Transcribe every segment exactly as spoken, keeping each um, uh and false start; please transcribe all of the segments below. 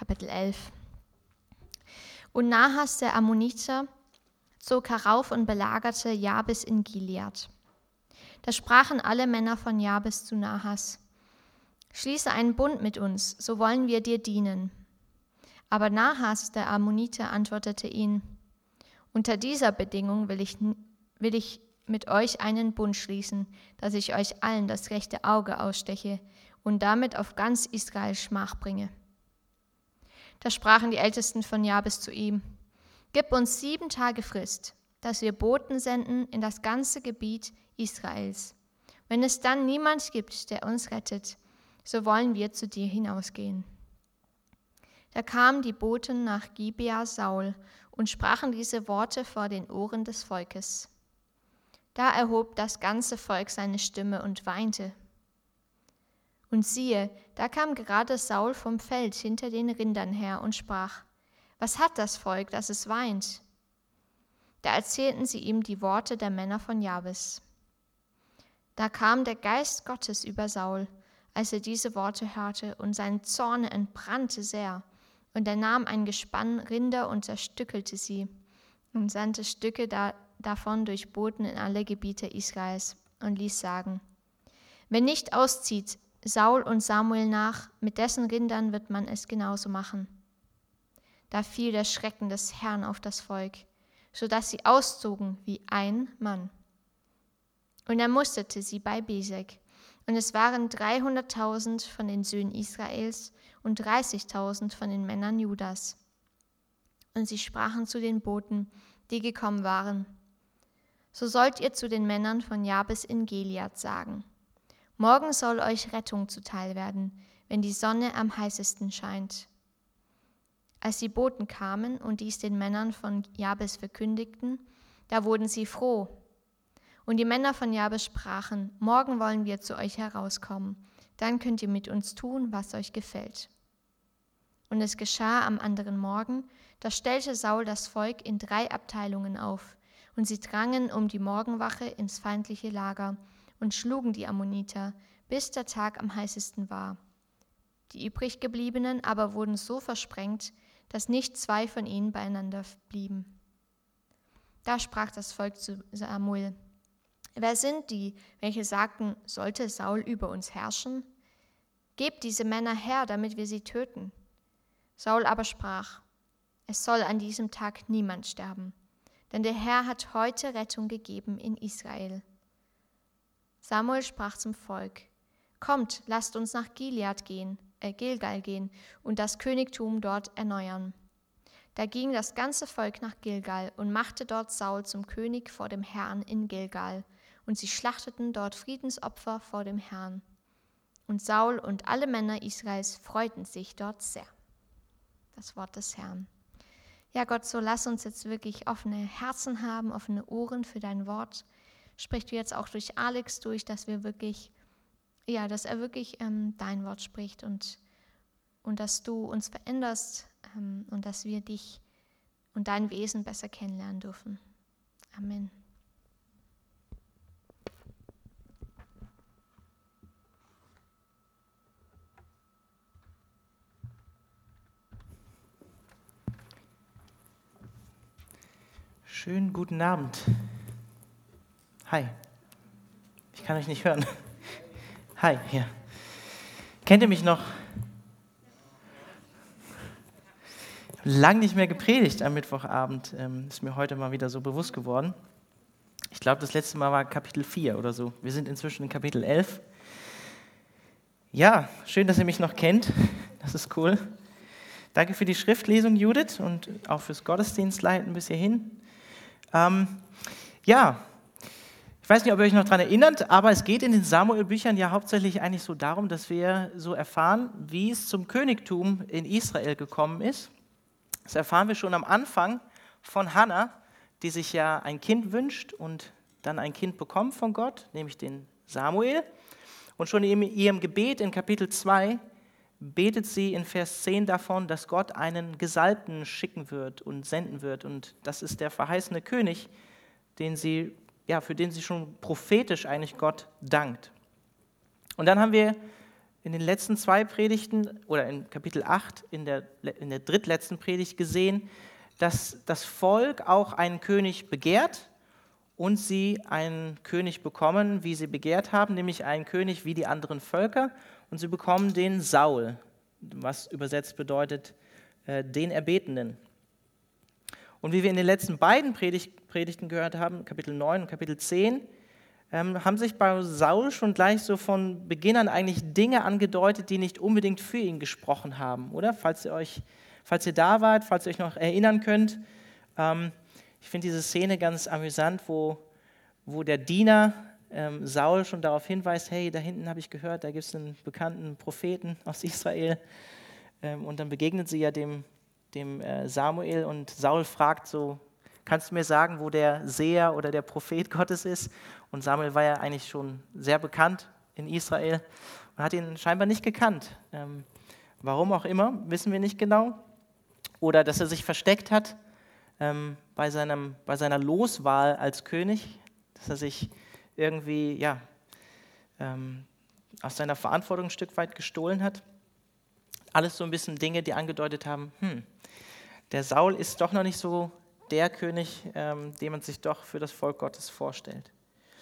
Kapitel elf. Und Nahas, der Ammoniter, zog herauf und belagerte Jabes in Gilead. Da sprachen alle Männer von Jabes zu Nahas: Schließe einen Bund mit uns, so wollen wir dir dienen. Aber Nahas, der Ammoniter, antwortete ihnen: Unter dieser Bedingung will ich, will ich mit euch einen Bund schließen, dass ich euch allen das rechte Auge aussteche und damit auf ganz Israel Schmach bringe. Da sprachen die Ältesten von Jabes zu ihm: Gib uns sieben Tage Frist, dass wir Boten senden in das ganze Gebiet Israels. Wenn es dann niemand gibt, der uns rettet, so wollen wir zu dir hinausgehen. Da kamen die Boten nach Gibea Saul und sprachen diese Worte vor den Ohren des Volkes. Da erhob das ganze Volk seine Stimme und weinte. Und siehe, da kam gerade Saul vom Feld hinter den Rindern her und sprach: Was hat das Volk, dass es weint? Da erzählten sie ihm die Worte der Männer von Jabes. Da kam der Geist Gottes über Saul, als er diese Worte hörte, und sein Zorn entbrannte sehr. Und er nahm ein Gespann Rinder und zerstückelte sie und sandte Stücke da, davon durch Boten in alle Gebiete Israels und ließ sagen: Wenn nicht auszieht Saul und Samuel nach, mit dessen Rindern wird man es genauso machen. Da fiel der Schrecken des Herrn auf das Volk, so dass sie auszogen wie ein Mann. Und er musterte sie bei Besek, und es waren dreihunderttausend von den Söhnen Israels und dreißigtausend von den Männern Judas. Und sie sprachen zu den Boten, die gekommen waren: So sollt ihr zu den Männern von Jabes in Gilead sagen: Morgen soll euch Rettung zuteil werden, wenn die Sonne am heißesten scheint. Als die Boten kamen und dies den Männern von Jabes verkündigten, da wurden sie froh. Und die Männer von Jabes sprachen: Morgen wollen wir zu euch herauskommen, dann könnt ihr mit uns tun, was euch gefällt. Und es geschah am anderen Morgen, da stellte Saul das Volk in drei Abteilungen auf, und sie drangen um die Morgenwache ins feindliche Lager und schlugen die Ammoniter, bis der Tag am heißesten war. Die übriggebliebenen aber wurden so versprengt, dass nicht zwei von ihnen beieinander blieben. Da sprach das Volk zu Samuel: Wer sind die, welche sagten, sollte Saul über uns herrschen? Gebt diese Männer her, damit wir sie töten. Saul aber sprach: Es soll an diesem Tag niemand sterben, denn der Herr hat heute Rettung gegeben in Israel. Samuel sprach zum Volk: Kommt, lasst uns nach Gilead gehen, äh, Gilgal gehen und das Königtum dort erneuern. Da ging das ganze Volk nach Gilgal und machte dort Saul zum König vor dem Herrn in Gilgal, und sie schlachteten dort Friedensopfer vor dem Herrn. Und Saul und alle Männer Israels freuten sich dort sehr. Das Wort des Herrn. Ja, Gott, so lass uns jetzt wirklich offene Herzen haben, offene Ohren für dein Wort. Sprich du jetzt auch durch Alex durch, dass wir wirklich, ja, dass er wirklich ähm, dein Wort spricht und, und dass du uns veränderst ähm, und dass wir dich und dein Wesen besser kennenlernen dürfen. Amen. Schönen guten Abend. Hi. Ich kann euch nicht hören. Hi, ja. Kennt ihr mich noch? Lang nicht mehr gepredigt am Mittwochabend. Ähm, ist mir heute mal wieder so bewusst geworden. Ich glaube, das letzte Mal war Kapitel vier oder so. Wir sind inzwischen in Kapitel elf. Ja, schön, dass ihr mich noch kennt. Das ist cool. Danke für die Schriftlesung, Judith, und auch fürs Gottesdienstleiten bis hierhin. Ähm, ja, ich weiß nicht, ob ihr euch noch daran erinnert, aber es geht in den Samuel-Büchern ja hauptsächlich eigentlich so darum, dass wir so erfahren, wie es zum Königtum in Israel gekommen ist. Das erfahren wir schon am Anfang von Hannah, die sich ja ein Kind wünscht und dann ein Kind bekommt von Gott, nämlich den Samuel. Und schon in ihrem Gebet in Kapitel zwei betet sie in Vers zehn davon, dass Gott einen Gesalbten schicken wird und senden wird. Und das ist der verheißene König, den sie, ja, für den sie schon prophetisch eigentlich Gott dankt. Und dann haben wir in den letzten zwei Predigten oder in Kapitel acht, in der, in der drittletzten Predigt gesehen, dass das Volk auch einen König begehrt und sie einen König bekommen, wie sie begehrt haben, nämlich einen König wie die anderen Völker. Und sie bekommen den Saul, was übersetzt bedeutet, äh, den Erbetenen. Und wie wir in den letzten beiden Predigt, Predigten gehört haben, Kapitel neun und Kapitel zehn, ähm, haben sich bei Saul schon gleich so von Beginn an eigentlich Dinge angedeutet, die nicht unbedingt für ihn gesprochen haben, oder? Falls ihr euch, falls ihr da wart, falls ihr euch noch erinnern könnt. Ähm, ich finde diese Szene ganz amüsant, wo, wo der Diener ähm, Saul schon darauf hinweist, hey, da hinten habe ich gehört, da gibt es einen bekannten Propheten aus Israel. Ähm, und dann begegnet sie ja dem, dem äh, Samuel und Saul fragt so, kannst du mir sagen, wo der Seher oder der Prophet Gottes ist? Und Samuel war ja eigentlich schon sehr bekannt in Israel und hat ihn scheinbar nicht gekannt. Ähm, warum auch immer, wissen wir nicht genau. Oder dass er sich versteckt hat ähm, bei, seinem, bei seiner Loswahl als König, dass er sich irgendwie ja, ähm, aus seiner Verantwortung ein Stück weit gestohlen hat. Alles so ein bisschen Dinge, die angedeutet haben, hm, der Saul ist doch noch nicht so der König, ähm, den man sich doch für das Volk Gottes vorstellt.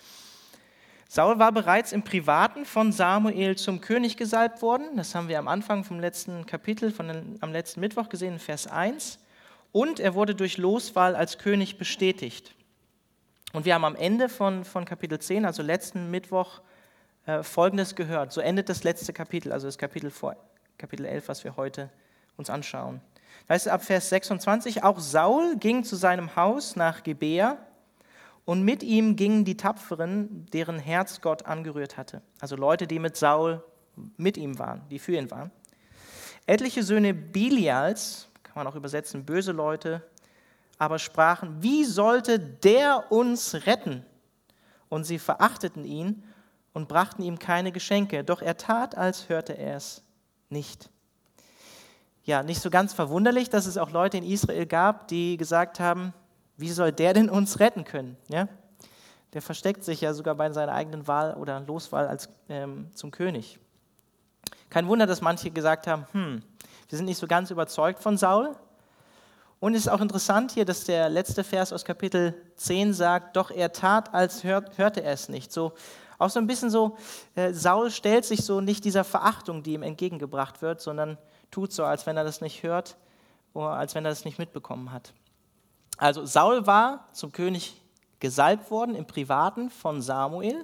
Saul war bereits im Privaten von Samuel zum König gesalbt worden. Das haben wir am Anfang vom letzten Kapitel, von den, am letzten Mittwoch gesehen, in Vers eins. Und er wurde durch Loswahl als König bestätigt. Und wir haben am Ende von, von Kapitel zehn, also letzten Mittwoch, äh, Folgendes gehört. So endet das letzte Kapitel, also das Kapitel vor Kapitel elf, was wir heute uns anschauen. Da heißt es ab Vers sechsundzwanzig, auch Saul ging zu seinem Haus nach Gebäa und mit ihm gingen die Tapferen, deren Herz Gott angerührt hatte. Also Leute, die mit Saul mit ihm waren, die für ihn waren. Etliche Söhne Bilials, kann man auch übersetzen, böse Leute, aber sprachen, wie sollte der uns retten? Und sie verachteten ihn und brachten ihm keine Geschenke, doch er tat, als hörte er es nicht. Ja, nicht so ganz verwunderlich, dass es auch Leute in Israel gab, die gesagt haben, wie soll der denn uns retten können? Ja? Der versteckt sich ja sogar bei seiner eigenen Wahl oder Loswahl als, ähm, zum König. Kein Wunder, dass manche gesagt haben, hm, wir sind nicht so ganz überzeugt von Saul. Und es ist auch interessant hier, dass der letzte Vers aus Kapitel zehn sagt, doch er tat, als hört, hörte er es nicht. So, auch so ein bisschen so, äh, Saul stellt sich so nicht dieser Verachtung, die ihm entgegengebracht wird, sondern tut so, als wenn er das nicht hört oder als wenn er das nicht mitbekommen hat. Also Saul war zum König gesalbt worden im Privaten von Samuel.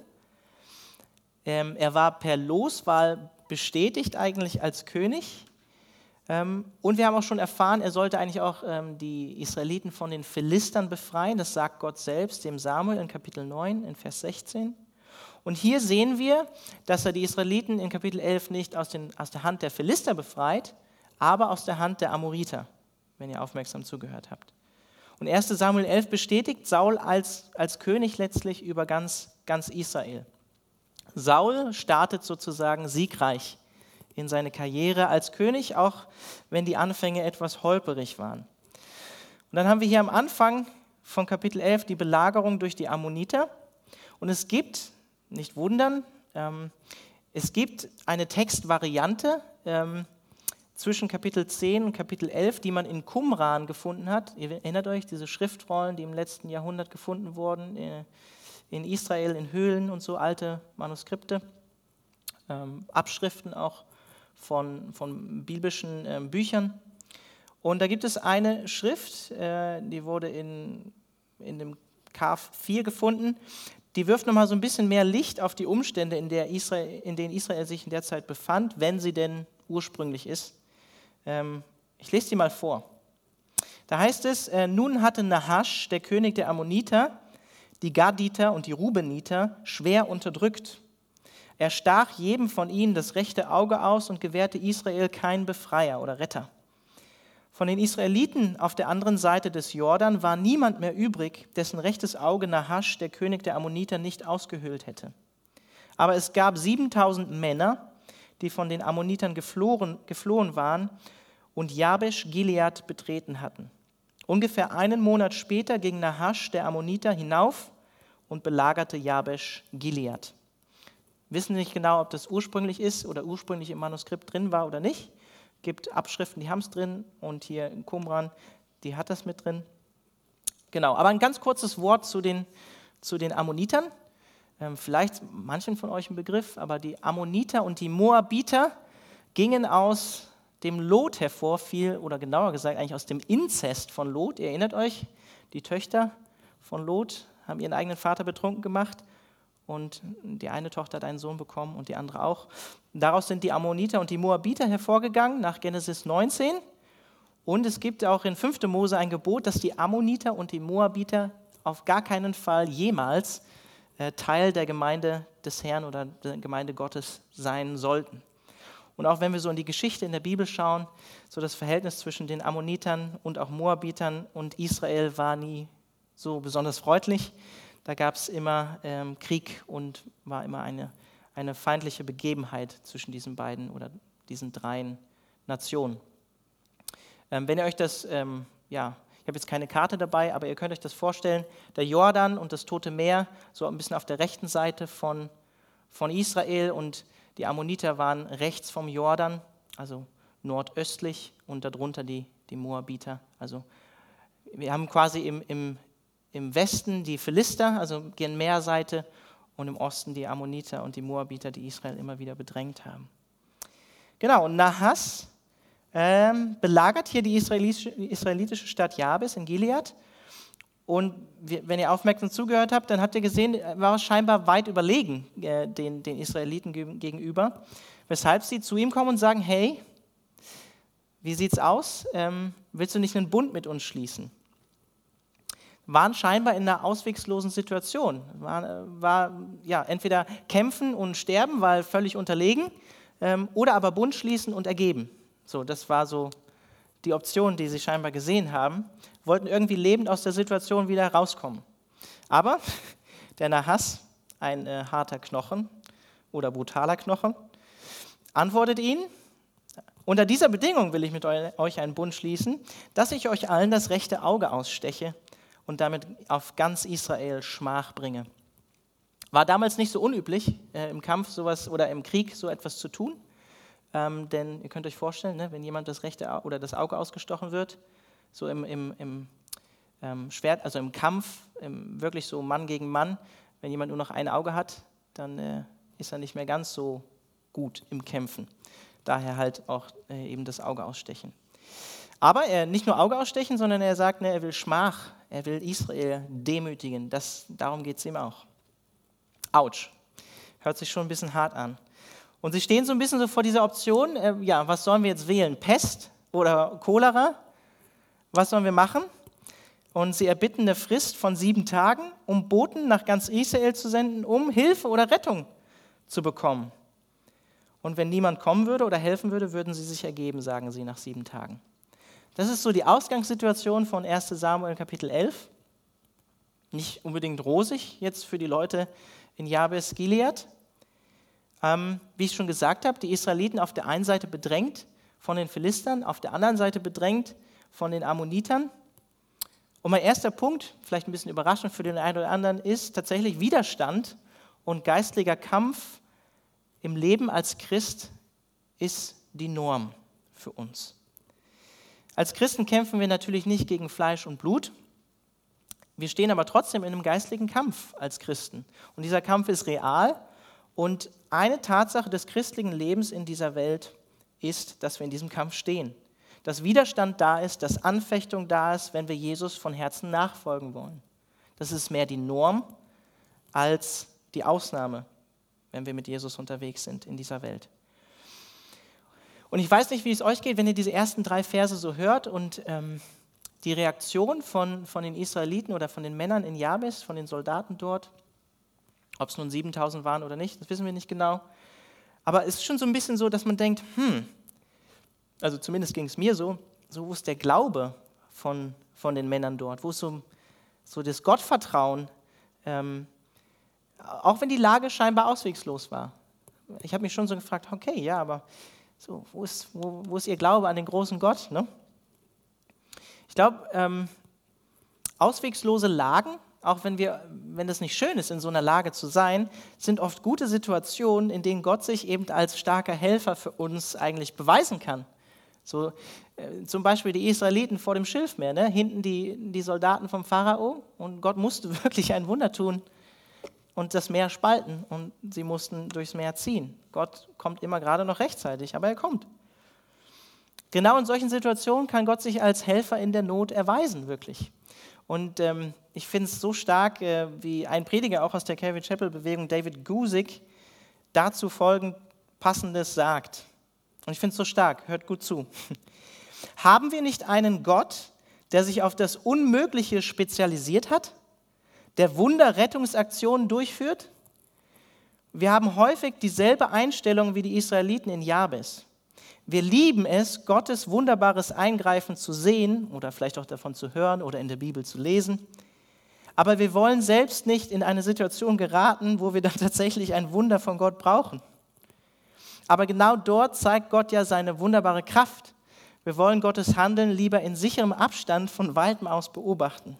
Ähm, er war per Loswahl bestätigt eigentlich als König. Ähm, und wir haben auch schon erfahren, er sollte eigentlich auch ähm, die Israeliten von den Philistern befreien. Das sagt Gott selbst dem Samuel in Kapitel neun, in Vers sechzehn. Und hier sehen wir, dass er die Israeliten in Kapitel elf nicht aus, den, aus der Hand der Philister befreit, aber aus der Hand der Amoriter, wenn ihr aufmerksam zugehört habt. Und erster Samuel elf bestätigt Saul als, als König letztlich über ganz, ganz Israel. Saul startet sozusagen siegreich in seine Karriere als König, auch wenn die Anfänge etwas holperig waren. Und dann haben wir hier am Anfang von Kapitel elf die Belagerung durch die Ammoniter. Und es gibt, nicht wundern, ähm, es gibt eine Textvariante ähm, zwischen Kapitel zehn und Kapitel elf, die man in Qumran gefunden hat. Ihr erinnert euch, diese Schriftrollen, die im letzten Jahrhundert gefunden wurden, äh, in Israel, in Höhlen und so, alte Manuskripte, ähm, Abschriften auch von, von biblischen äh, Büchern. Und da gibt es eine Schrift, äh, die wurde in, in dem Kaf vier gefunden, die wirft nochmal so ein bisschen mehr Licht auf die Umstände, in, der Israel, in denen Israel sich in der Zeit befand, wenn sie denn ursprünglich ist. Ähm, ich lese die mal vor. Da heißt es, äh, nun hatte Nahasch, der König der Ammoniter, die Gaditer und die Rubeniter schwer unterdrückt. Er stach jedem von ihnen das rechte Auge aus und gewährte Israel keinen Befreier oder Retter. Von den Israeliten auf der anderen Seite des Jordan war niemand mehr übrig, dessen rechtes Auge Nahasch, der König der Ammoniter, nicht ausgehöhlt hätte. Aber es gab siebentausend Männer, die von den Ammonitern geflohen, geflohen waren und Jabesh Gilead betreten hatten. Ungefähr einen Monat später ging Nahasch, der Ammoniter, hinauf und belagerte Jabesh Gilead. Wissen nicht genau, ob das ursprünglich ist oder ursprünglich im Manuskript drin war oder nicht. Es gibt Abschriften, die haben es drin und hier in Qumran, die hat das mit drin. Genau, aber ein ganz kurzes Wort zu den, zu den Ammonitern. Ähm, vielleicht manchen von euch ein Begriff, aber die Ammoniter und die Moabiter gingen aus dem Lot hervor, viel, oder genauer gesagt eigentlich aus dem Inzest von Lot. Ihr erinnert euch, die Töchter von Lot haben ihren eigenen Vater betrunken gemacht und die eine Tochter hat einen Sohn bekommen und die andere auch. Daraus sind die Ammoniter und die Moabiter hervorgegangen nach Genesis neunzehn. Und es gibt auch in fünften Mose ein Gebot, dass die Ammoniter und die Moabiter auf gar keinen Fall jemals äh, Teil der Gemeinde des Herrn oder der Gemeinde Gottes sein sollten. Und auch wenn wir so in die Geschichte in der Bibel schauen, so das Verhältnis zwischen den Ammonitern und auch Moabitern und Israel war nie so besonders freundlich. Da gab es immer ähm, Krieg und war immer eine, eine feindliche Begebenheit zwischen diesen beiden oder diesen dreien Nationen. Ähm, wenn ihr euch das, ähm, ja, ich habe jetzt keine Karte dabei, aber ihr könnt euch das vorstellen, der Jordan und das Tote Meer, so ein bisschen auf der rechten Seite von, von Israel und die Ammoniter waren rechts vom Jordan, also nordöstlich und darunter die, die Moabiter. Also wir haben quasi im, im, im Westen die Philister, also gen Meerseite, und im Osten die Ammoniter und die Moabiter, die Israel immer wieder bedrängt haben. Genau, und Nahas ähm, belagert hier die israelitische, die israelitische Stadt Jabes in Gilead. Und wenn ihr aufmerksam zugehört habt, dann habt ihr gesehen, er war scheinbar weit überlegen äh, den, den Israeliten gegenüber, weshalb sie zu ihm kommen und sagen, hey, wie sieht's aus? Ähm, willst du nicht einen Bund mit uns schließen? Waren scheinbar in einer ausweglosen Situation. War, war ja, entweder kämpfen und sterben, weil völlig unterlegen, ähm, oder aber Bund schließen und ergeben. So, das war so die Option, die sie scheinbar gesehen haben, wollten irgendwie lebend aus der Situation wieder rauskommen. Aber der Nahas, ein äh, harter Knochen oder brutaler Knochen, antwortet ihnen, unter dieser Bedingung will ich mit euch einen Bund schließen, dass ich euch allen das rechte Auge aussteche und damit auf ganz Israel Schmach bringe. War damals nicht so unüblich, äh, im Kampf sowas oder im Krieg so etwas zu tun. Ähm, denn ihr könnt euch vorstellen, ne, wenn jemand das rechte Au- oder das Auge ausgestochen wird, so im, im, im ähm, Schwert, also im Kampf, im, wirklich so Mann gegen Mann, wenn jemand nur noch ein Auge hat, dann äh, ist er nicht mehr ganz so gut im Kämpfen. Daher halt auch äh, eben das Auge ausstechen. Aber er nicht nur Auge ausstechen, sondern er sagt, ne, er will Schmach, er will Israel demütigen. Das, darum geht es ihm auch. Autsch. Hört sich schon ein bisschen hart an. Und sie stehen so ein bisschen so vor dieser Option, äh, ja, was sollen wir jetzt wählen? Pest oder Cholera? Was sollen wir machen? Und sie erbitten eine Frist von sieben Tagen, um Boten nach ganz Israel zu senden, um Hilfe oder Rettung zu bekommen. Und wenn niemand kommen würde oder helfen würde, würden sie sich ergeben, sagen sie nach sieben Tagen. Das ist so die Ausgangssituation von erster Samuel Kapitel elf. Nicht unbedingt rosig jetzt für die Leute in Jabes Gilead. Ähm, wie ich schon gesagt habe, die Israeliten auf der einen Seite bedrängt von den Philistern, auf der anderen Seite bedrängt von den Ammonitern. Und mein erster Punkt, vielleicht ein bisschen überraschend für den einen oder anderen, ist tatsächlich Widerstand und geistlicher Kampf im Leben als Christ ist die Norm für uns. Als Christen kämpfen wir natürlich nicht gegen Fleisch und Blut. Wir stehen aber trotzdem in einem geistlichen Kampf als Christen. Und dieser Kampf ist real. Und eine Tatsache des christlichen Lebens in dieser Welt ist, dass wir in diesem Kampf stehen. Dass Widerstand da ist, dass Anfechtung da ist, wenn wir Jesus von Herzen nachfolgen wollen. Das ist mehr die Norm als die Ausnahme, wenn wir mit Jesus unterwegs sind in dieser Welt. Und ich weiß nicht, wie es euch geht, wenn ihr diese ersten drei Verse so hört und ähm, die Reaktion von, von den Israeliten oder von den Männern in Jabes, von den Soldaten dort, ob es nun siebentausend waren oder nicht, das wissen wir nicht genau. Aber es ist schon so ein bisschen so, dass man denkt, hm, also zumindest ging es mir so, so wo ist der Glaube von, von den Männern dort, wo ist so, so das Gottvertrauen, ähm, auch wenn die Lage scheinbar auswegslos war. Ich habe mich schon so gefragt, okay, ja, aber so, wo, ist, wo, wo ist ihr Glaube an den großen Gott? Ne? Ich glaube, ähm, auswegslose Lagen, auch wenn wir, wenn es nicht schön ist, in so einer Lage zu sein, sind oft gute Situationen, in denen Gott sich eben als starker Helfer für uns eigentlich beweisen kann. So, äh, zum Beispiel die Israeliten vor dem Schilfmeer, ne? Hinten die, die Soldaten vom Pharao, und Gott musste wirklich ein Wunder tun und das Meer spalten und sie mussten durchs Meer ziehen. Gott kommt immer gerade noch rechtzeitig, aber er kommt. Genau in solchen Situationen kann Gott sich als Helfer in der Not erweisen, wirklich. Und ähm, ich finde es so stark, äh, wie ein Prediger auch aus der Calvary Chapel Bewegung, David Guzik, dazu folgend Passendes sagt. Und ich finde es so stark, hört gut zu. Haben wir nicht einen Gott, der sich auf das Unmögliche spezialisiert hat, der Wunder-Rettungsaktionen durchführt? Wir haben häufig dieselbe Einstellung wie die Israeliten in Jabes. Wir lieben es, Gottes wunderbares Eingreifen zu sehen oder vielleicht auch davon zu hören oder in der Bibel zu lesen. Aber wir wollen selbst nicht in eine Situation geraten, wo wir dann tatsächlich ein Wunder von Gott brauchen. Aber genau dort zeigt Gott ja seine wunderbare Kraft. Wir wollen Gottes Handeln lieber in sicherem Abstand von weitem aus beobachten.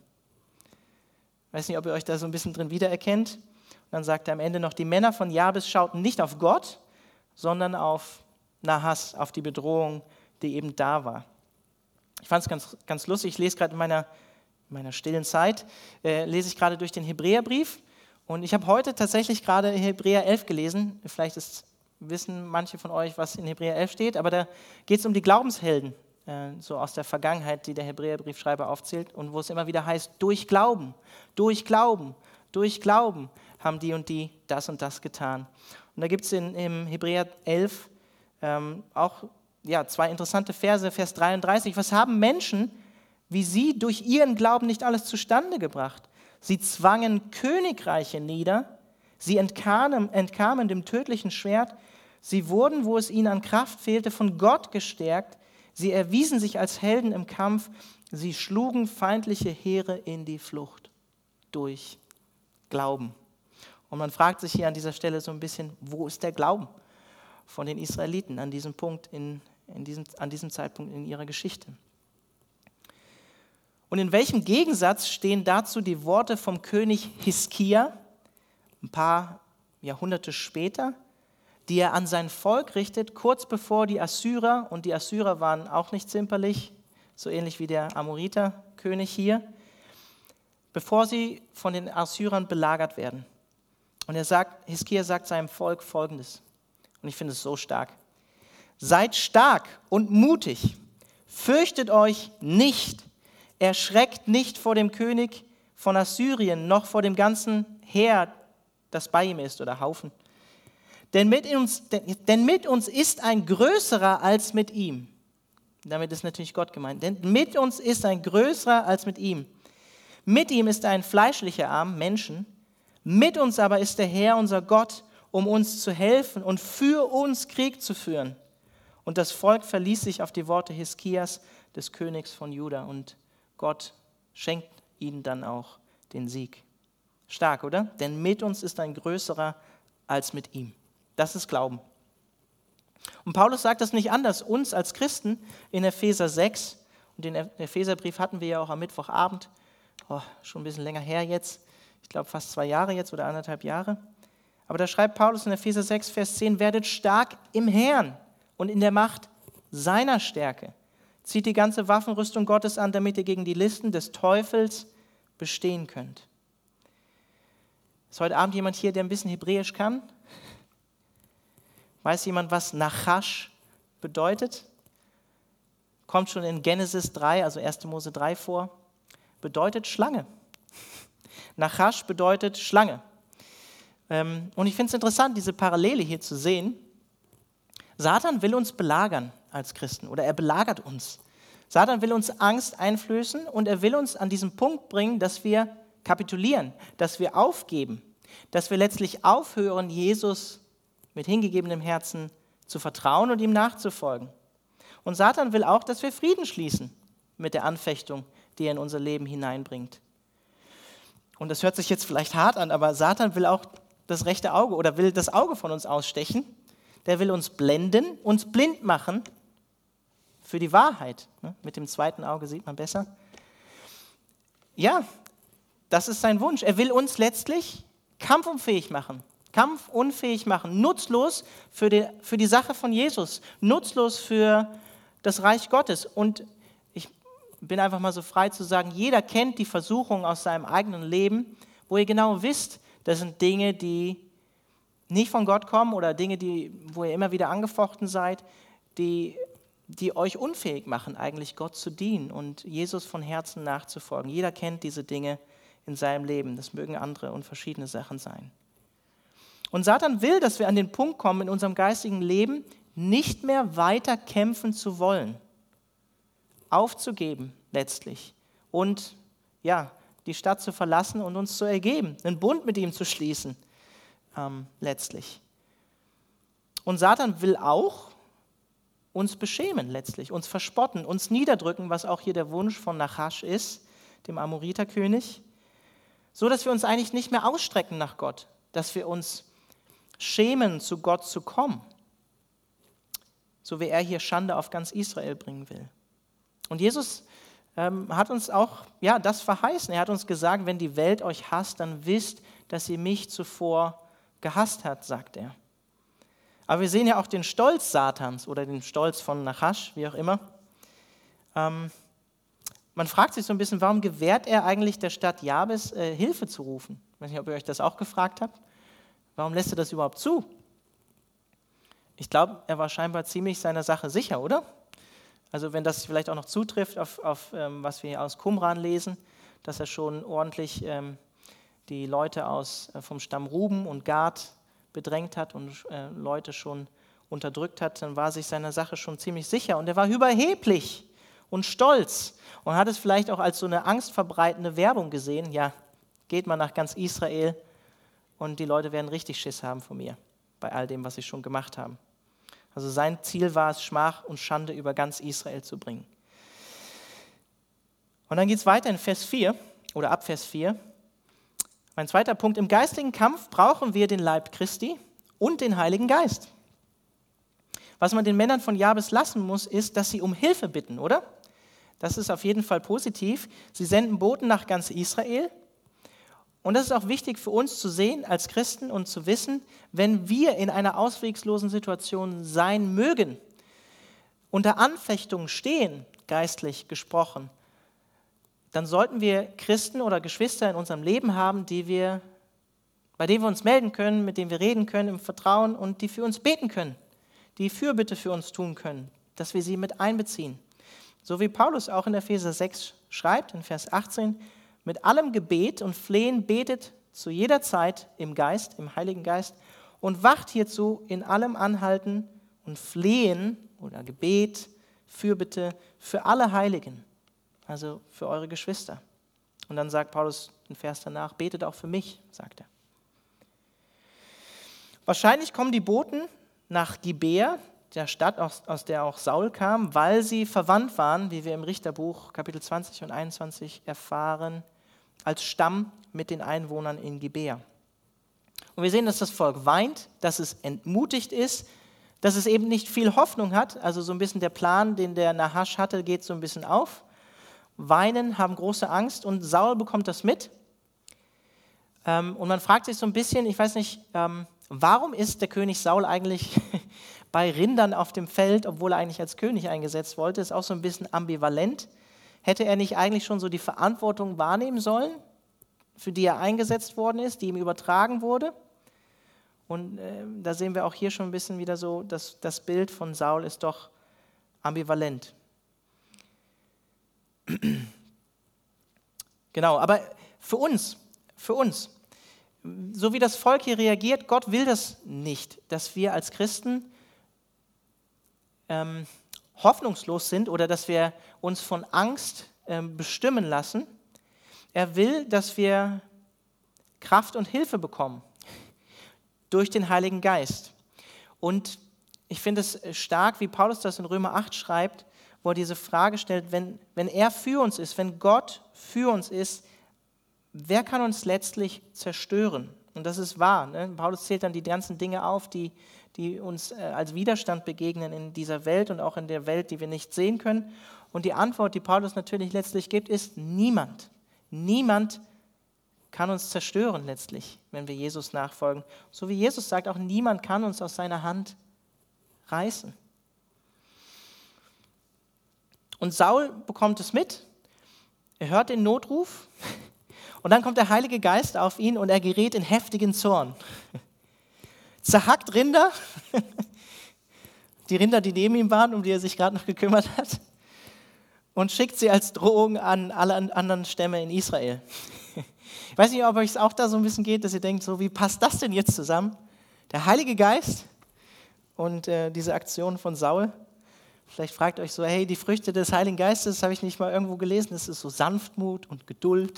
Ich weiß nicht, ob ihr euch da so ein bisschen drin wiedererkennt. Und dann sagt er am Ende noch, die Männer von Jabes schauten nicht auf Gott, sondern auf Nahas, auf die Bedrohung, die eben da war. Ich fand es ganz, ganz lustig, ich lese gerade in meiner, in meiner stillen Zeit, äh, lese ich gerade durch den Hebräerbrief. Und ich habe heute tatsächlich gerade Hebräer elf gelesen. Vielleicht ist wissen manche von euch, was in Hebräer elf steht, aber da geht es um die Glaubenshelden, äh, so aus der Vergangenheit, die der Hebräerbriefschreiber aufzählt und wo es immer wieder heißt, durch Glauben, durch Glauben, durch Glauben haben die und die das und das getan. Und da gibt es im Hebräer elf ähm, auch ja, zwei interessante Verse, Vers dreiunddreißig. Was haben Menschen wie sie durch ihren Glauben nicht alles zustande gebracht? Sie zwangen Königreiche nieder, sie entkamen, entkamen dem tödlichen Schwert, sie wurden, wo es ihnen an Kraft fehlte, von Gott gestärkt, sie erwiesen sich als Helden im Kampf, sie schlugen feindliche Heere in die Flucht durch Glauben. Und man fragt sich hier an dieser Stelle so ein bisschen, wo ist der Glauben von den Israeliten an diesem Punkt, in, in diesem, an diesem Zeitpunkt in ihrer Geschichte? Und in welchem Gegensatz stehen dazu die Worte vom König Hiskia, ein paar Jahrhunderte später, die er an sein Volk richtet, kurz bevor die Assyrer, und die Assyrer waren auch nicht zimperlich, so ähnlich wie der Amoriter-König hier, bevor sie von den Assyrern belagert werden. Und er sagt, Hiskia sagt seinem Volk Folgendes, und ich finde es so stark: Seid stark und mutig, fürchtet euch nicht, erschreckt nicht vor dem König von Assyrien, noch vor dem ganzen Heer, das bei ihm ist, oder Haufen. Denn mit uns, denn mit uns ist ein Größerer als mit ihm. Damit ist natürlich Gott gemeint. Denn mit uns ist ein Größerer als mit ihm. Mit ihm ist ein fleischlicher Arm, Menschen. Mit uns aber ist der Herr, unser Gott, um uns zu helfen und für uns Krieg zu führen. Und das Volk verließ sich auf die Worte Hiskias, des Königs von Juda. Und Gott schenkt ihnen dann auch den Sieg. Stark, oder? Denn mit uns ist ein Größerer als mit ihm. Das ist Glauben. Und Paulus sagt das nicht anders uns als Christen in Epheser sechs. Und den Epheserbrief hatten wir ja auch am Mittwochabend. Oh, schon ein bisschen länger her jetzt. Ich glaube fast zwei Jahre jetzt oder anderthalb Jahre. Aber da schreibt Paulus in Epheser sechs, Vers zehn, werdet stark im Herrn und in der Macht seiner Stärke. Zieht die ganze Waffenrüstung Gottes an, damit ihr gegen die Listen des Teufels bestehen könnt. Ist heute Abend jemand hier, der ein bisschen Hebräisch kann? Weiß jemand, was Nachash bedeutet? Kommt schon in Genesis drei, also erster Mose drei vor. Bedeutet Schlange. Nachash bedeutet Schlange. Und ich finde es interessant, diese Parallele hier zu sehen. Satan will uns belagern als Christen oder er belagert uns. Satan will uns Angst einflößen und er will uns an diesen Punkt bringen, dass wir kapitulieren, dass wir aufgeben, dass wir letztlich aufhören, Jesus mit hingegebenem Herzen zu vertrauen und ihm nachzufolgen. Und Satan will auch, dass wir Frieden schließen mit der Anfechtung, die er in unser Leben hineinbringt. Und das hört sich jetzt vielleicht hart an, aber Satan will auch das rechte Auge oder will das Auge von uns ausstechen. Der will uns blenden, uns blind machen für die Wahrheit. Mit dem zweiten Auge sieht man besser. Ja, Das ist sein Wunsch. Er will uns letztlich kampfunfähig machen. Kampfunfähig machen. Nutzlos für die, für die Sache von Jesus. Nutzlos für das Reich Gottes. Und ich bin einfach mal so frei zu sagen, jeder kennt die Versuchung aus seinem eigenen Leben, wo ihr genau wisst, das sind Dinge, die nicht von Gott kommen oder Dinge, die, wo ihr immer wieder angefochten seid, die, die euch unfähig machen, eigentlich Gott zu dienen und Jesus von Herzen nachzufolgen. Jeder kennt diese Dinge in seinem Leben. Das mögen andere und verschiedene Sachen sein. Und Satan will, dass wir an den Punkt kommen, in unserem geistigen Leben nicht mehr weiter kämpfen zu wollen, aufzugeben letztlich und ja, die Stadt zu verlassen und uns zu ergeben, einen Bund mit ihm zu schließen, ähm, letztlich. Und Satan will auch uns beschämen letztlich, uns verspotten, uns niederdrücken, was auch hier der Wunsch von Nachasch ist, dem Amoriterkönig, so dass wir uns eigentlich nicht mehr ausstrecken nach Gott, dass wir uns schämen, zu Gott zu kommen, so wie er hier Schande auf ganz Israel bringen will. Und Jesus ähm, hat uns auch ja, das verheißen. Er hat uns gesagt, wenn die Welt euch hasst, dann wisst, dass sie mich zuvor gehasst hat, sagt er. Aber wir sehen ja auch den Stolz Satans oder den Stolz von Nachasch, wie auch immer. Ähm, man fragt sich so ein bisschen, warum gewährt er eigentlich der Stadt Jabes äh, Hilfe zu rufen? Ich weiß nicht, ob ihr euch das auch gefragt habt. Warum lässt er das überhaupt zu? Ich glaube, er war scheinbar ziemlich seiner Sache sicher, oder? Also wenn das vielleicht auch noch zutrifft, auf, auf ähm, was wir hier aus Qumran lesen, dass er schon ordentlich ähm, die Leute aus, äh, vom Stamm Ruben und Gad bedrängt hat und äh, Leute schon unterdrückt hat, dann war sich seiner Sache schon ziemlich sicher. Und er war überheblich und stolz und hat es vielleicht auch als so eine angstverbreitende Werbung gesehen. Ja, geht mal nach ganz Israel und die Leute werden richtig Schiss haben von mir, bei all dem, was sie schon gemacht haben. Also sein Ziel war es, Schmach und Schande über ganz Israel zu bringen. Und dann geht es weiter in Vers vier oder ab Vers vier. Mein zweiter Punkt, im geistigen Kampf brauchen wir den Leib Christi und den Heiligen Geist. Was man den Männern von Jabes lassen muss, ist, dass sie um Hilfe bitten, oder? Das ist auf jeden Fall positiv. Sie senden Boten nach ganz Israel. Und das ist auch wichtig für uns zu sehen als Christen und zu wissen, wenn wir in einer auswegslosen Situation sein mögen, unter Anfechtungen stehen, geistlich gesprochen, dann sollten wir Christen oder Geschwister in unserem Leben haben, die wir, bei denen wir uns melden können, mit denen wir reden können im Vertrauen und die für uns beten können, die Fürbitte für uns tun können, dass wir sie mit einbeziehen. So wie Paulus auch in Epheser sechs schreibt, in Vers achtzehn, mit allem Gebet und Flehen betet zu jeder Zeit im Geist, im Heiligen Geist und wacht hierzu in allem Anhalten und Flehen oder Gebet, Fürbitte für alle Heiligen, also für eure Geschwister. Und dann sagt Paulus im Vers danach, betet auch für mich, sagt er. Wahrscheinlich kommen die Boten nach Gibea, der Stadt, aus, aus der auch Saul kam, weil sie verwandt waren, wie wir im Richterbuch Kapitel zwanzig und einundzwanzig erfahren, als Stamm mit den Einwohnern in Gibea. Und wir sehen, dass das Volk weint, dass es entmutigt ist, dass es eben nicht viel Hoffnung hat. Also so ein bisschen der Plan, den der Nachasch hatte, geht so ein bisschen auf. Weinen, haben große Angst und Saul bekommt das mit. Und man fragt sich so ein bisschen, ich weiß nicht, warum ist der König Saul eigentlich bei Rindern auf dem Feld, obwohl er eigentlich als König eingesetzt wollte, ist auch so ein bisschen ambivalent. Hätte er nicht eigentlich schon so die Verantwortung wahrnehmen sollen, für die er eingesetzt worden ist, die ihm übertragen wurde? Und äh, da sehen wir auch hier schon ein bisschen wieder so, dass das Bild von Saul ist doch ambivalent. Genau, aber für uns, für uns, so wie das Volk hier reagiert, Gott will das nicht, dass wir als Christen ähm, hoffnungslos sind oder dass wir uns von Angst ähm, bestimmen lassen. Er will, dass wir Kraft und Hilfe bekommen durch den Heiligen Geist. Und ich finde es stark, wie Paulus das in Römer acht schreibt, wo er diese Frage stellt, wenn, wenn er für uns ist, wenn Gott für uns ist, wer kann uns letztlich zerstören? Und das ist wahr. Ne? Paulus zählt dann die ganzen Dinge auf, die, die uns äh, als Widerstand begegnen in dieser Welt und auch in der Welt, die wir nicht sehen können. Und die Antwort, die Paulus natürlich letztlich gibt, ist niemand. Niemand kann uns zerstören letztlich, wenn wir Jesus nachfolgen. So wie Jesus sagt, auch niemand kann uns aus seiner Hand reißen. Und Saul bekommt es mit, er hört den Notruf und dann kommt der Heilige Geist auf ihn und er gerät in heftigen Zorn. Zerhackt Rinder, die Rinder, die neben ihm waren, um die er sich gerade noch gekümmert hat, und schickt sie als Drohung an alle anderen Stämme in Israel. Ich weiß nicht, ob euch es auch da so ein bisschen geht, dass ihr denkt, so wie passt das denn jetzt zusammen? Der Heilige Geist und äh, diese Aktion von Saul. Vielleicht fragt euch so, hey, die Früchte des Heiligen Geistes, habe ich nicht mal irgendwo gelesen, das ist so Sanftmut und Geduld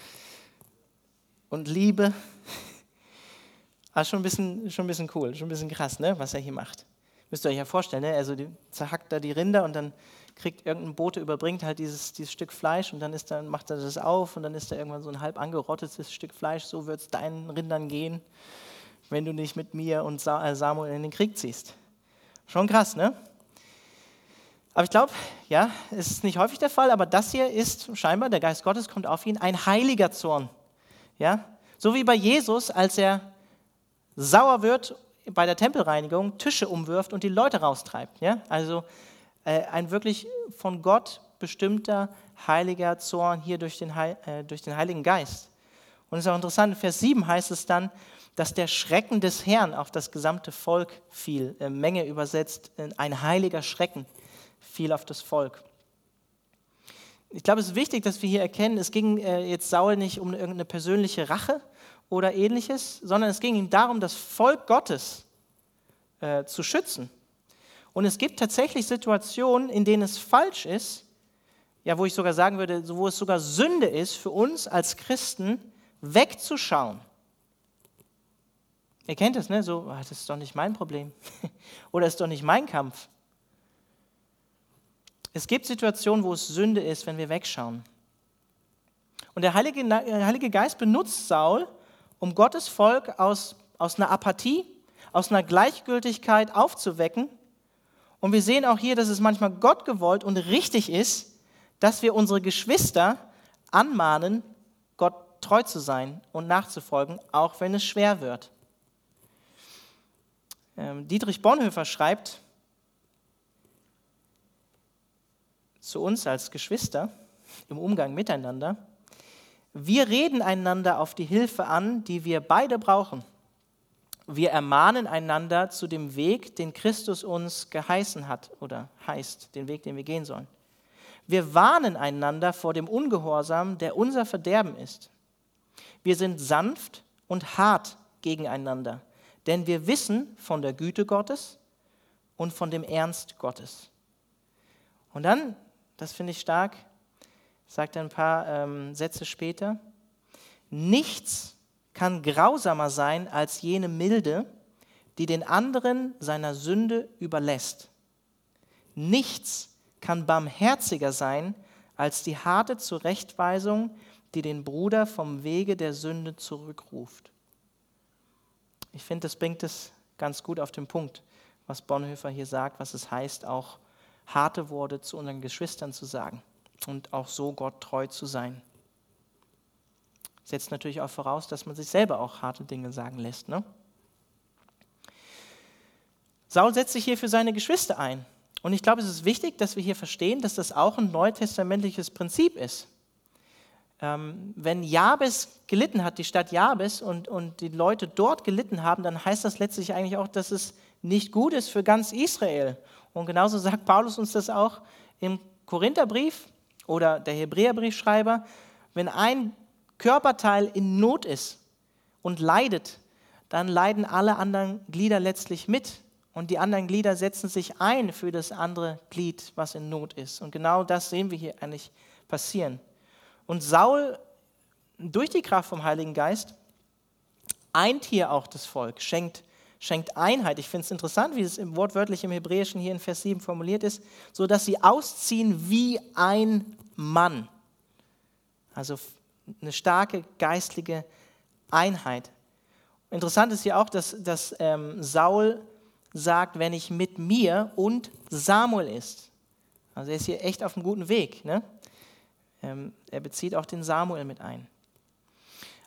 und Liebe. Aber schon ein bisschen, schon ein bisschen cool, schon ein bisschen krass, ne, was er hier macht. Müsst ihr euch ja vorstellen, ne? Also die, zerhackt da die Rinder und dann kriegt irgendein Bote, überbringt halt dieses, dieses Stück Fleisch und dann, ist dann macht er das auf und dann ist da irgendwann so ein halb angerottetes Stück Fleisch. So wird es deinen Rindern gehen, wenn du nicht mit mir und Samuel in den Krieg ziehst. Schon krass, ne? Aber ich glaube, ja, es ist nicht häufig der Fall, aber das hier ist scheinbar, der Geist Gottes kommt auf ihn, ein heiliger Zorn. Ja? So wie bei Jesus, als er sauer wird bei der Tempelreinigung, Tische umwirft und die Leute raustreibt. Ja? Also äh, ein wirklich von Gott bestimmter heiliger Zorn hier durch den, Heil, äh, durch den Heiligen Geist. Und es ist auch interessant, in Vers sieben heißt es dann, dass der Schrecken des Herrn auf das gesamte Volk fiel. Äh, Menge übersetzt, äh, ein heiliger Schrecken fiel auf das Volk. Ich glaube, es ist wichtig, dass wir hier erkennen, es ging äh, jetzt Saul nicht um irgendeine persönliche Rache oder ähnliches, sondern es ging ihm darum, das Volk Gottes äh, zu schützen. Und es gibt tatsächlich Situationen, in denen es falsch ist, ja, wo ich sogar sagen würde, wo es sogar Sünde ist für uns als Christen, wegzuschauen. Ihr kennt es, ne? So, ach, das ist doch nicht mein Problem. Oder ist doch nicht mein Kampf. Es gibt Situationen, wo es Sünde ist, wenn wir wegschauen. Und der Heilige, der Heilige Geist benutzt Saul, um Gottes Volk aus, aus einer Apathie, aus einer Gleichgültigkeit aufzuwecken. Und wir sehen auch hier, dass es manchmal Gott gewollt und richtig ist, dass wir unsere Geschwister anmahnen, Gott treu zu sein und nachzufolgen, auch wenn es schwer wird. Ähm, Dietrich Bonhoeffer schreibt zu uns als Geschwister im Umgang miteinander: Wir reden einander auf die Hilfe an, die wir beide brauchen. Wir ermahnen einander zu dem Weg, den Christus uns geheißen hat oder heißt, den Weg, den wir gehen sollen. Wir warnen einander vor dem Ungehorsam, der unser Verderben ist. Wir sind sanft und hart gegeneinander, denn wir wissen von der Güte Gottes und von dem Ernst Gottes. Und dann, das finde ich stark, sagt er ein paar ähm, Sätze später: Nichts kann grausamer sein als jene Milde, die den anderen seiner Sünde überlässt. Nichts kann barmherziger sein als die harte Zurechtweisung, die den Bruder vom Wege der Sünde zurückruft. Ich finde, das bringt es ganz gut auf den Punkt, was Bonhoeffer hier sagt, was es heißt, auch harte Worte zu unseren Geschwistern zu sagen und auch so Gott treu zu sein. Setzt natürlich auch voraus, dass man sich selber auch harte Dinge sagen lässt. Ne? Saul setzt sich hier für seine Geschwister ein. Und ich glaube, es ist wichtig, dass wir hier verstehen, dass das auch ein neutestamentliches Prinzip ist. Ähm, wenn Jabes gelitten hat, die Stadt Jabes, und, und die Leute dort gelitten haben, dann heißt das letztlich eigentlich auch, dass es nicht gut ist für ganz Israel. Und genauso sagt Paulus uns das auch im Korintherbrief oder der Hebräerbriefschreiber: Wenn ein Körperteil in Not ist und leidet, dann leiden alle anderen Glieder letztlich mit. Und die anderen Glieder setzen sich ein für das andere Glied, was in Not ist. Und genau das sehen wir hier eigentlich passieren. Und Saul, durch die Kraft vom Heiligen Geist, eint hier auch das Volk, schenkt, schenkt Einheit. Ich finde es interessant, wie es im wortwörtlich im Hebräischen hier in Vers sieben formuliert ist, so dass sie ausziehen wie ein Mann. Also eine starke geistliche Einheit. Interessant ist hier auch, dass, dass ähm, Saul sagt, wenn ich mit mir und Samuel ist. Also er ist hier echt auf einem guten Weg. Ne? Ähm, er bezieht auch den Samuel mit ein.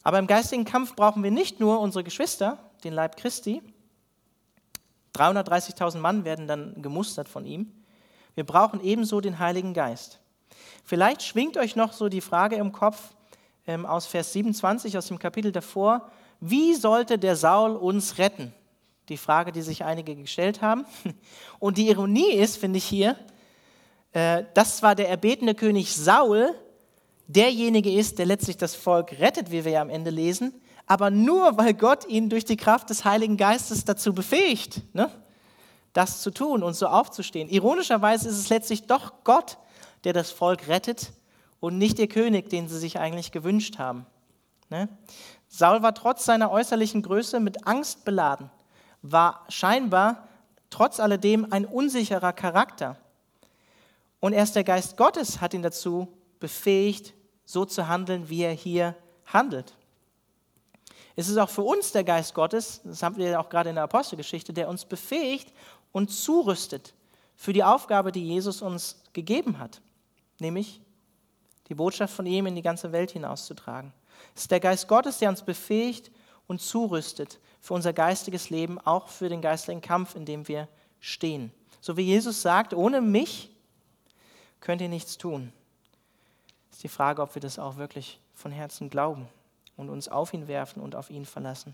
Aber im geistigen Kampf brauchen wir nicht nur unsere Geschwister, den Leib Christi. dreihundertdreißigtausend Mann werden dann gemustert von ihm. Wir brauchen ebenso den Heiligen Geist. Vielleicht schwingt euch noch so die Frage im Kopf ähm, aus Vers siebenundzwanzig, aus dem Kapitel davor, wie sollte der Saul uns retten? Die Frage, die sich einige gestellt haben. Und die Ironie ist, finde ich hier, äh, dass zwar der erbetene König Saul derjenige ist, der letztlich das Volk rettet, wie wir ja am Ende lesen, aber nur, weil Gott ihn durch die Kraft des Heiligen Geistes dazu befähigt, ne, das zu tun und so aufzustehen. Ironischerweise ist es letztlich doch Gott, der das Volk rettet und nicht der König, den sie sich eigentlich gewünscht haben. Ne? Saul war trotz seiner äußerlichen Größe mit Angst beladen, war scheinbar trotz alledem ein unsicherer Charakter. Und erst der Geist Gottes hat ihn dazu befähigt, so zu handeln, wie er hier handelt. Es ist auch für uns der Geist Gottes, das haben wir auch gerade in der Apostelgeschichte, der uns befähigt und zurüstet für die Aufgabe, die Jesus uns gegeben hat, nämlich die Botschaft von ihm in die ganze Welt hinauszutragen. Es ist der Geist Gottes, der uns befähigt und zurüstet für unser geistiges Leben, auch für den geistlichen Kampf, in dem wir stehen. So wie Jesus sagt, ohne mich könnt ihr nichts tun. Ist die Frage, ob wir das auch wirklich von Herzen glauben und uns auf ihn werfen und auf ihn verlassen.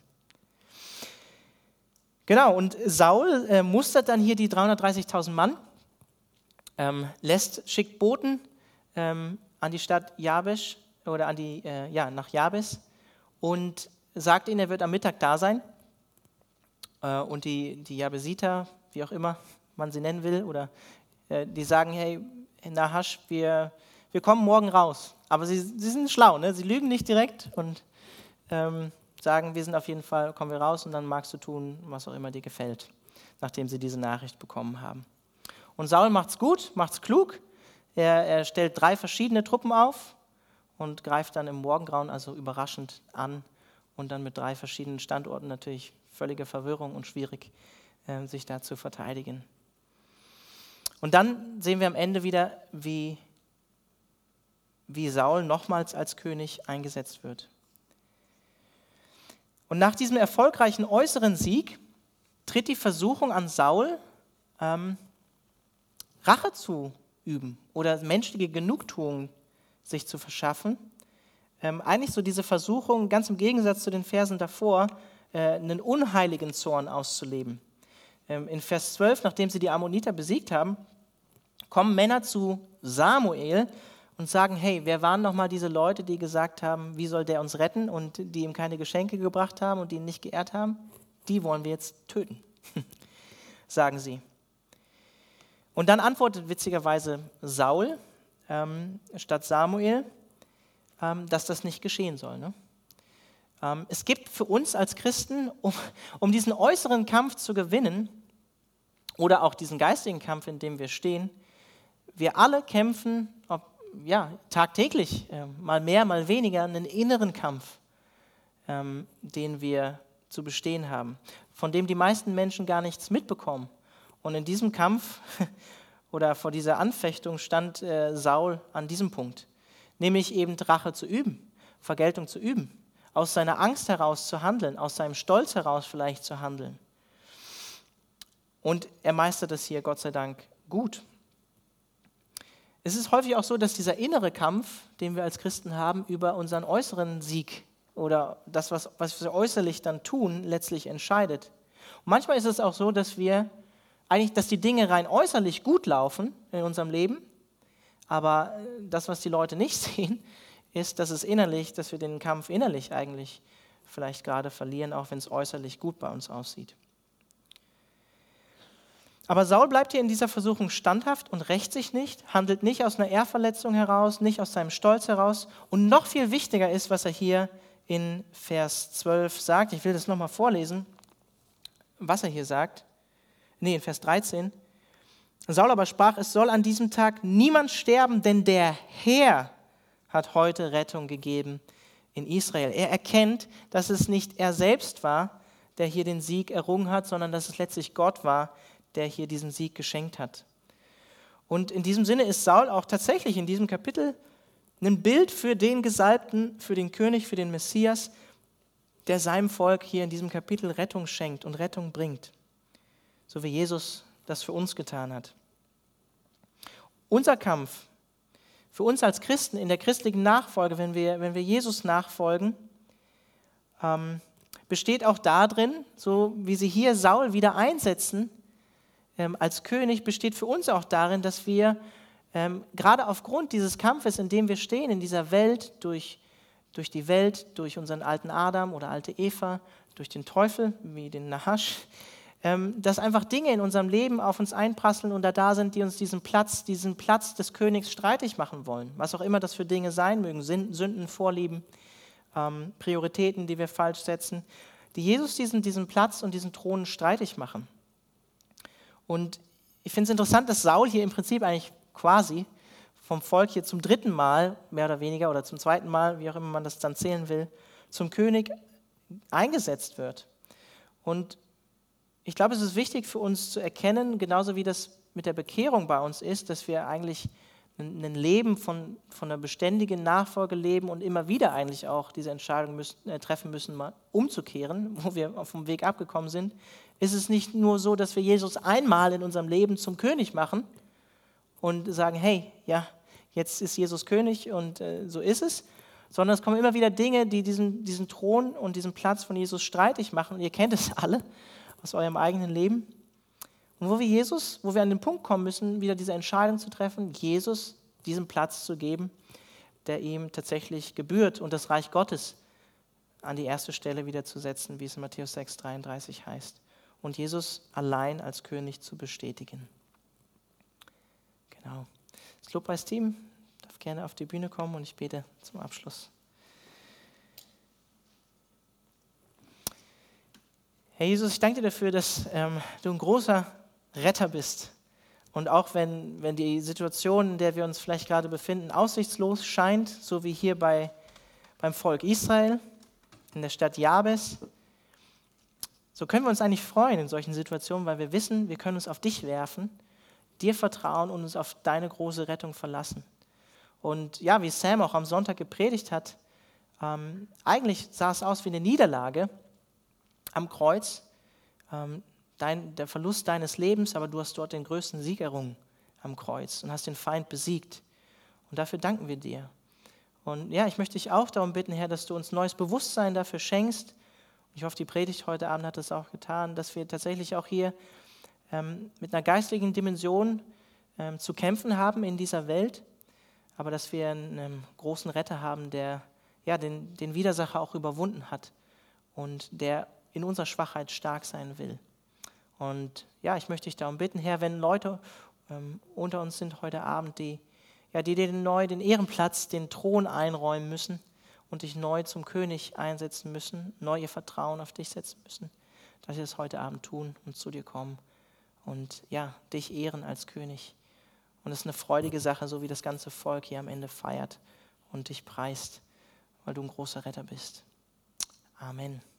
Genau, und Saul äh, mustert dann hier die dreihundertdreißigtausend Mann, ähm, lässt, schickt Boten ähm, an die Stadt Jabesh oder an die, äh, ja, nach Jabes und sagt ihnen, er wird am Mittag da sein. Äh, und die, die Jabesiter, wie auch immer man sie nennen will, oder äh, die sagen, hey, Nahasch, wir, wir kommen morgen raus. Aber sie, sie sind schlau, ne? Sie lügen nicht direkt und ähm, sagen, wir sind auf jeden Fall, kommen wir raus und dann magst du tun, was auch immer dir gefällt, nachdem sie diese Nachricht bekommen haben. Und Saul macht's gut, macht's klug. Er, er stellt drei verschiedene Truppen auf und greift dann im Morgengrauen, also überraschend, an und dann mit drei verschiedenen Standorten natürlich völlige Verwirrung und schwierig, äh, sich da zu verteidigen. Und dann sehen wir am Ende wieder, wie, wie Saul nochmals als König eingesetzt wird. Und nach diesem erfolgreichen äußeren Sieg tritt die Versuchung an Saul, ähm, Rache zu üben oder menschliche Genugtuung sich zu verschaffen. Ähm, eigentlich so diese Versuchung, ganz im Gegensatz zu den Versen davor, äh, einen unheiligen Zorn auszuleben. Ähm, in Vers zwölf, nachdem sie die Ammoniter besiegt haben, kommen Männer zu Samuel und sagen, hey, wer waren nochmal diese Leute, die gesagt haben, wie soll der uns retten und die ihm keine Geschenke gebracht haben und die ihn nicht geehrt haben? Die wollen wir jetzt töten, sagen sie. Und dann antwortet witzigerweise Saul ähm, statt Samuel, ähm, dass das nicht geschehen soll. Ne? Ähm, es gibt für uns als Christen, um, um diesen äußeren Kampf zu gewinnen oder auch diesen geistigen Kampf, in dem wir stehen, wir alle kämpfen, ob, ja, tagtäglich, äh, mal mehr, mal weniger, einen inneren Kampf, ähm, den wir zu bestehen haben, von dem die meisten Menschen gar nichts mitbekommen. Und in diesem Kampf oder vor dieser Anfechtung stand äh, Saul an diesem Punkt, nämlich eben Rache zu üben, Vergeltung zu üben, aus seiner Angst heraus zu handeln, aus seinem Stolz heraus vielleicht zu handeln. Und er meistert es hier, Gott sei Dank, gut. Es ist häufig auch so, dass dieser innere Kampf, den wir als Christen haben, über unseren äußeren Sieg oder das, was, was wir äußerlich dann tun, letztlich entscheidet. Und manchmal ist es auch so, dass wir eigentlich, dass die Dinge rein äußerlich gut laufen in unserem Leben, aber das, was die Leute nicht sehen, ist, dass es innerlich, dass wir den Kampf innerlich eigentlich vielleicht gerade verlieren, auch wenn es äußerlich gut bei uns aussieht. Aber Saul bleibt hier in dieser Versuchung standhaft und rächt sich nicht, handelt nicht aus einer Ehrverletzung heraus, nicht aus seinem Stolz heraus. Und noch viel wichtiger ist, was er hier in Vers zwölf sagt. Ich will das nochmal vorlesen, was er hier sagt. Nee, in Vers dreizehn. Saul aber sprach, es soll an diesem Tag niemand sterben, denn der Herr hat heute Rettung gegeben in Israel. Er erkennt, dass es nicht er selbst war, der hier den Sieg errungen hat, sondern dass es letztlich Gott war, der hier diesen Sieg geschenkt hat. Und in diesem Sinne ist Saul auch tatsächlich in diesem Kapitel ein Bild für den Gesalbten, für den König, für den Messias, der seinem Volk hier in diesem Kapitel Rettung schenkt und Rettung bringt, so wie Jesus das für uns getan hat. Unser Kampf für uns als Christen in der christlichen Nachfolge, wenn wir, wenn wir Jesus nachfolgen, ähm, besteht auch darin, so wie sie hier Saul wieder einsetzen, ähm, als König, besteht für uns auch darin, dass wir ähm, gerade aufgrund dieses Kampfes, in dem wir stehen, in dieser Welt, durch, durch die Welt, durch unseren alten Adam oder alte Eva, durch den Teufel, wie den Nahasch, ähm, dass einfach Dinge in unserem Leben auf uns einprasseln und da da sind, die uns diesen Platz, diesen Platz des Königs streitig machen wollen. Was auch immer das für Dinge sein mögen, Sünden, Vorlieben, ähm, Prioritäten, die wir falsch setzen, die Jesus diesen, diesen Platz und diesen Thron streitig machen. Und ich finde es interessant, dass Saul hier im Prinzip eigentlich quasi vom Volk hier zum dritten Mal, mehr oder weniger, oder zum zweiten Mal, wie auch immer man das dann zählen will, zum König eingesetzt wird. Und ich glaube, es ist wichtig für uns zu erkennen, genauso wie das mit der Bekehrung bei uns ist, dass wir eigentlich ein Leben von, von einer beständigen Nachfolge leben und immer wieder eigentlich auch diese Entscheidung müssen, äh, treffen müssen, mal umzukehren, wo wir vom Weg abgekommen sind, ist es nicht nur so, dass wir Jesus einmal in unserem Leben zum König machen und sagen, hey, ja, jetzt ist Jesus König und äh, so ist es, sondern es kommen immer wieder Dinge, die diesen, diesen Thron und diesen Platz von Jesus streitig machen. Und ihr kennt es alle aus eurem eigenen Leben. Und wo wir Jesus, wo wir an den Punkt kommen müssen, wieder diese Entscheidung zu treffen, Jesus diesen Platz zu geben, der ihm tatsächlich gebührt und das Reich Gottes an die erste Stelle wieder zu setzen, wie es in Matthäus sechs dreiunddreißig heißt. Und Jesus allein als König zu bestätigen. Genau. Das Lobpreisteam darf gerne auf die Bühne kommen und ich bete zum Abschluss. Herr Jesus, ich danke dir dafür, dass ähm, du ein großer Retter bist. Und auch wenn, wenn die Situation, in der wir uns vielleicht gerade befinden, aussichtslos scheint, so wie hier bei, beim Volk Israel, in der Stadt Jabes, so können wir uns eigentlich freuen in solchen Situationen, weil wir wissen, wir können uns auf dich werfen, dir vertrauen und uns auf deine große Rettung verlassen. Und ja, wie Sam auch am Sonntag gepredigt hat, ähm, eigentlich sah es aus wie eine Niederlage am Kreuz, ähm, dein, der Verlust deines Lebens, aber du hast dort den größten Sieg errungen am Kreuz und hast den Feind besiegt. Und dafür danken wir dir. Und ja, ich möchte dich auch darum bitten, Herr, dass du uns neues Bewusstsein dafür schenkst. Ich hoffe, die Predigt heute Abend hat das auch getan, dass wir tatsächlich auch hier ähm, mit einer geistlichen Dimension ähm, zu kämpfen haben in dieser Welt, aber dass wir einen ähm, großen Retter haben, der ja, den, den Widersacher auch überwunden hat und der in unserer Schwachheit stark sein will. Und ja, ich möchte dich darum bitten, Herr, wenn Leute ähm, unter uns sind heute Abend, die, ja, die dir neu den Ehrenplatz, den Thron einräumen müssen und dich neu zum König einsetzen müssen, neu ihr Vertrauen auf dich setzen müssen, dass sie das heute Abend tun und zu dir kommen und ja, dich ehren als König. Und es ist eine freudige Sache, so wie das ganze Volk hier am Ende feiert und dich preist, weil du ein großer Retter bist. Amen.